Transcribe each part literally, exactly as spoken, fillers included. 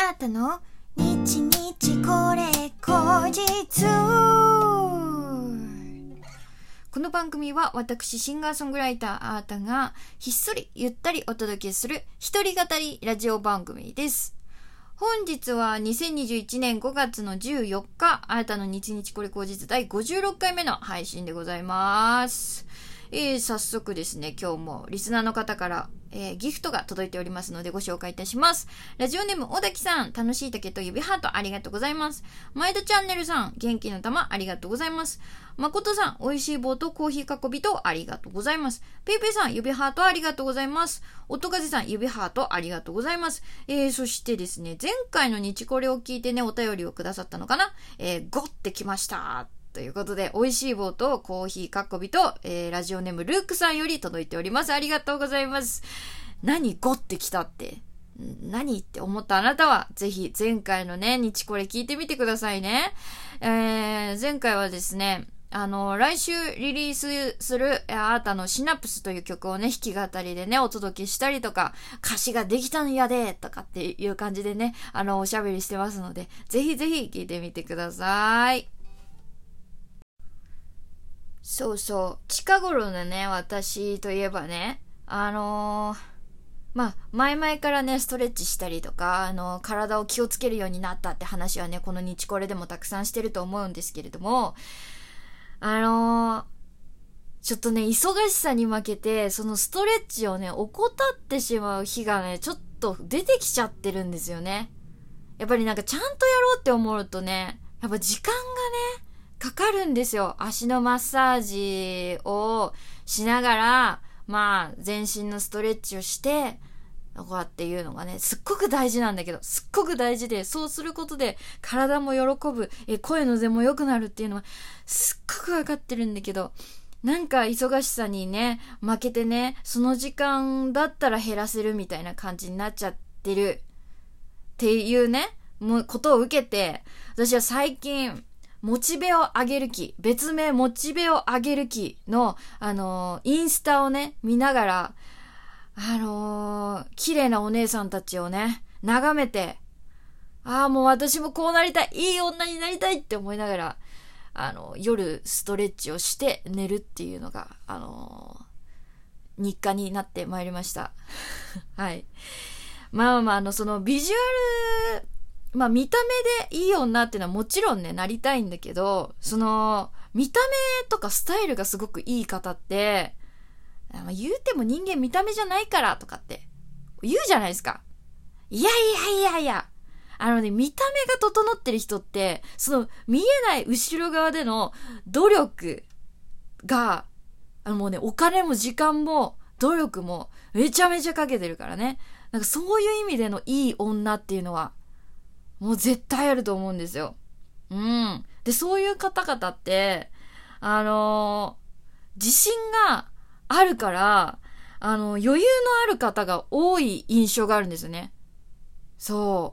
なたの日日これ後日。この番組は私シンガーソングライターあーたがひっそりゆったりお届けする一人語りラジオ番組です。本日はにせんにじゅういちねんごがつのじゅうよっか、あーたの日日これ後日だいごじゅうろっかいめの配信でございます。えー、早速ですね、今日もリスナーの方から、えー、ギフトが届いておりますのでご紹介いたします。ラジオネーム小滝さん、楽しい竹と指ハートありがとうございます。前田チャンネルさん、元気の玉ありがとうございます。誠さん、美味しい棒とコーヒー囲びとありがとうございます。ペイペイさん、指ハートありがとうございます。音風さん、指ハートありがとうございます。えー、そしてですね、前回の日これを聞いてね、お便りをくださったのかな、えー、ごってきましたということで、美味しい棒とコーヒーかっこびと、えー、ラジオネームルークさんより届いております。ありがとうございます。何ごってきたって、何って思ったあなたは、ぜひ前回のね、日これ聞いてみてくださいね。えー、前回はですね、あの、来週リリースするあーたのシナプスという曲をね、弾き語りでね、お届けしたりとか、歌詞ができたんやで、とかっていう感じでね、あの、おしゃべりしてますので、ぜひぜひ聞いてみてください。そうそう。近頃のね、私といえばね、あのー、まあ、前々からね、ストレッチしたりとか、あのー、体を気をつけるようになったって話はね、この日これでもたくさんしてると思うんですけれども、あのー、ちょっとね、忙しさに負けて、そのストレッチをね、怠ってしまう日がね、ちょっと出てきちゃってるんですよね。やっぱりなんかちゃんとやろうって思うとね、やっぱ時間がね、かかるんですよ。足のマッサージをしながら、まあ、全身のストレッチをして、こうやっていうのがね、すっごく大事なんだけど、すっごく大事で、そうすることで体も喜ぶ、え声の出も良くなるっていうのは、すっごくわかってるんだけど、なんか忙しさにね、負けてね、その時間だったら減らせるみたいな感じになっちゃってるっていうね、もうことを受けて、私は最近、モチベを上げる気、別名モチベを上げる気の、あのー、インスタをね、見ながら、あのー、綺麗なお姉さんたちをね、眺めて、ああ、もう私もこうなりたい、いい女になりたいって思いながら、あの、夜ストレッチをして寝るっていうのが、あのー、日課になってまいりました。はい。まあまあ、あの、そのビジュアル、まあ見た目でいい女っていうのはもちろんね、なりたいんだけど、その、見た目とかスタイルがすごくいい方って、まあ、言うても人間見た目じゃないからとかって言うじゃないですか。いやいやいやいや。あのね、見た目が整ってる人って、その見えない後ろ側での努力が、あのもうね、お金も時間も努力もめちゃめちゃかけてるからね。なんかそういう意味でのいい女っていうのは、もう絶対あると思うんですよ。うん。で、そういう方々って、あのー、自信があるから、あの、余裕のある方が多い印象があるんですよね。そう。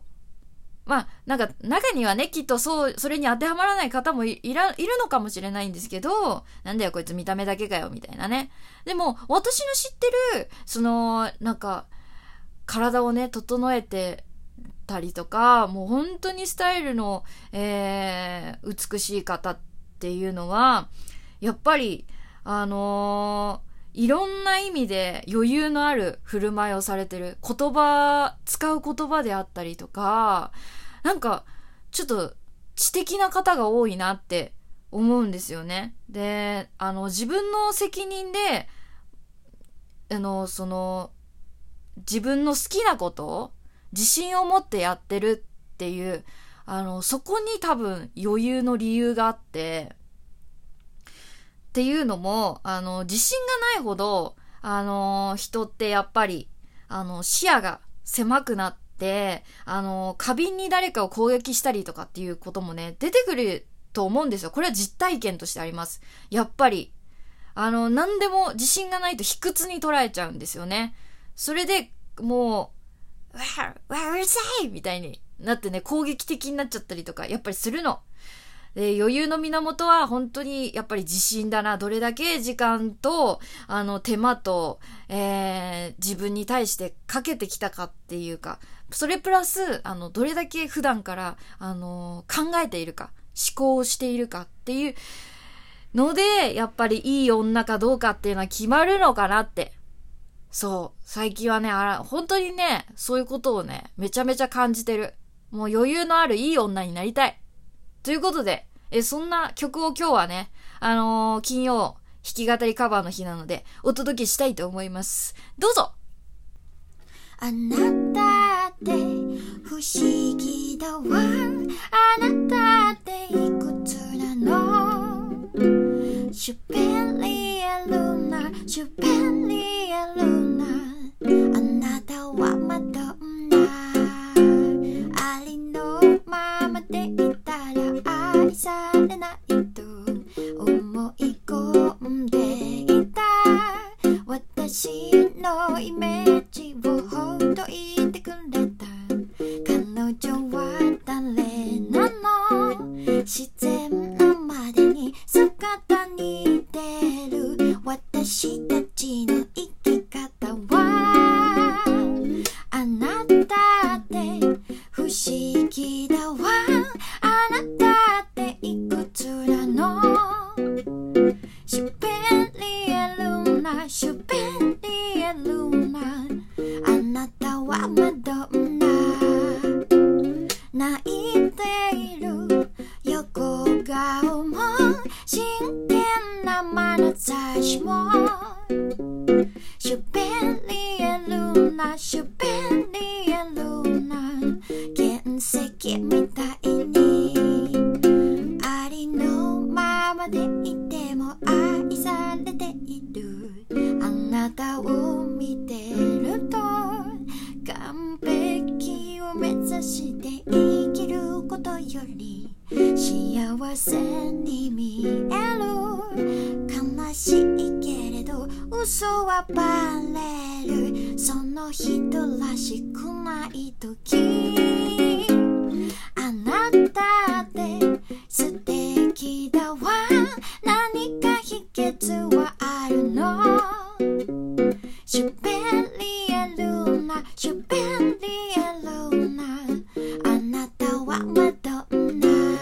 まあ、なんか、中にはね、きっとそう、それに当てはまらない方も い, い, らいるのかもしれないんですけど、なんだよこいつ見た目だけかよ、みたいなね。でも、私の知ってる、その、なんか、体をね、整えて、たりとか、もう本当にスタイルの、えー、美しい方っていうのは、やっぱり、あのー、いろんな意味で余裕のある振る舞いをされてる。言葉、使う言葉であったりとか、なんか、ちょっと知的な方が多いなって思うんですよね。で、あの、自分の責任で、あの、その、自分の好きなことを、自信を持ってやってるっていう、あの、そこに多分余裕の理由があって、っていうのも、あの、自信がないほど、あの、人ってやっぱり、あの、視野が狭くなって、あの、過敏に誰かを攻撃したりとかっていうこともね、出てくると思うんですよ。これは実体験としてあります。やっぱり、あの、何でも自信がないと卑屈に捉えちゃうんですよね。それで、もう、わー、わー、うるさいみたいになってね、攻撃的になっちゃったりとか、やっぱりするの。で、余裕の源は本当にやっぱり自信だな。どれだけ時間と、あの、手間と、えー、自分に対してかけてきたかっていうか、 それプラス、あの、どれだけ普段から、あの、考えているか、思考をしているかっていうので、やっぱりいい女かどうかっていうのは決まるのかなって。そう。最近はね、あら、本当にね、そういうことをね、めちゃめちゃ感じてる。もう余裕のあるいい女になりたい。ということで、え、そんな曲を今日はね、あのー、金曜、弾き語りカバーの日なので、お届けしたいと思います。どうぞ。あなたって不思議だわ。あなたっていくつなの？シュペリエルナ、シュペリエルナ。あなたはマドンナ。ありのままでいたら愛されないと思い込んでいた。私のイメージをほどいてくれた。彼女は誰なの？自然なまでに姿に出る私たちの生き方は。あなたって不思議だわ。あなたっていくつなの？シュペリエルナ、シュペリエルナ。あなたはマドンナ。泣いている横顔も真剣な眼差しも。シュペリエルナ、シュペリエルナ。原石みたいにありのままでいても愛されている。あなたを見てると完璧を目指して生きることより幸せに見える。悲しいけれど嘘はバレる。その人らしくない時。あなたって素敵だわ。何か秘訣はあるの？シュペリエルナ、シュペリエルナ。あなたはマドン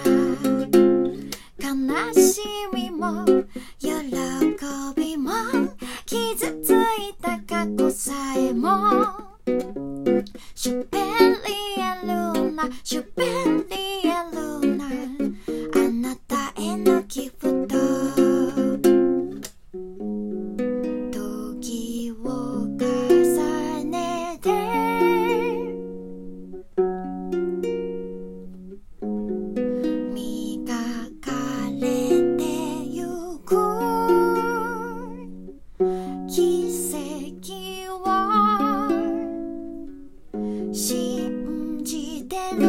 ナ。悲しみも喜びも傷ついた過去さえも。シュペリエルナ、シュペリエルナ。あなたへのギフト。時を重ねて磨かれてゆく奇跡を信じてる。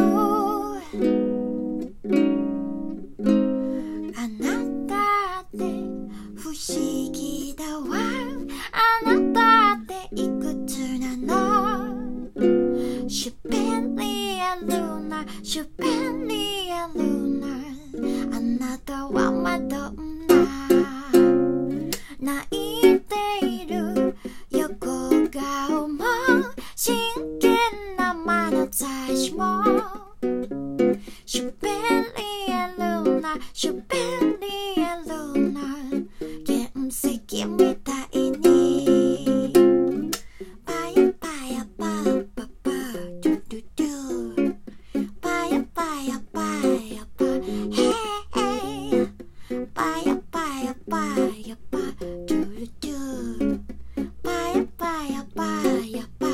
あなたって不思議だわ。あなたっていくつなの？シュペリエルナ、シュペリエルナ。あなたはマドンナ。泣いている横顔も真剣な眼差しも。シュペリエルナ、シュペリエルナ。原石みたいにパヤパヤパパパドゥドゥドゥ。パヤパヤパヤパヘイ。パヤパヤパヤパドゥドゥ。パヤパヤパヤパ。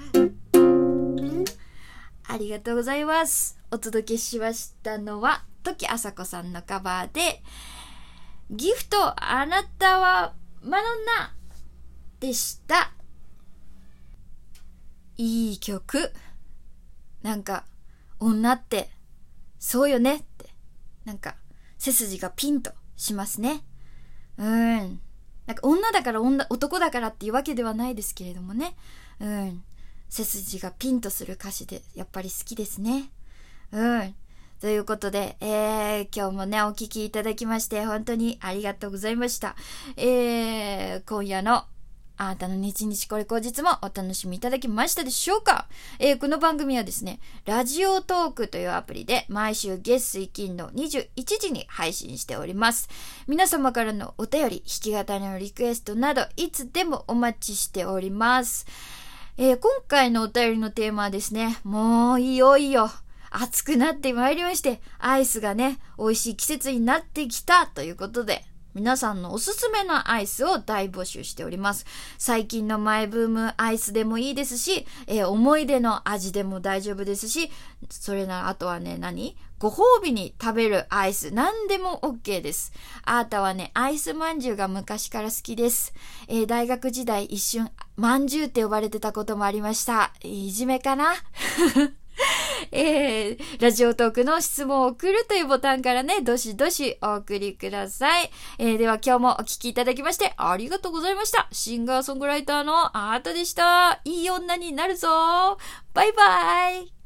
ありがとうございます。お届けしましたのは時あさこさんのカバーでギフトあなたはマドンナでした。いい曲。なんか女ってそうよねってなんか背筋がピンとしますね。うん。なんか女だから女男だからっていうわけではないですけれどもね。うん。背筋がピンとする歌詞でやっぱり好きですね。うん。ということで、えー、今日もね、お聞きいただきまして、本当にありがとうございました。えー、今夜のあなたの日々これ口実もお楽しみいただけましたでしょうか？えー、この番組はですね、ラジオトークというアプリで毎週月水金のにじゅういちじに配信しております。皆様からのお便り、弾き語りのリクエストなどいつでもお待ちしております。えー、今回のお便りのテーマはですね、もういよいよ暑くなってまいりまして、アイスがね、美味しい季節になってきたということで、皆さんのおすすめのアイスを大募集しております。最近のマイブームアイスでもいいですし、えー、思い出の味でも大丈夫ですし、それならあとはね、何？ご褒美に食べるアイス、何でも OK です。あーたはね、アイスまんじゅうが昔から好きです。えー、大学時代一瞬、まんじゅうって呼ばれてたこともありました。いじめかなえー、ラジオトークの質問を送るというボタンからね、どしどしお送りください。えー、では今日もお聞きいただきましてありがとうございました。シンガーソングライターのあーたでした。いい女になるぞ。バイバイ。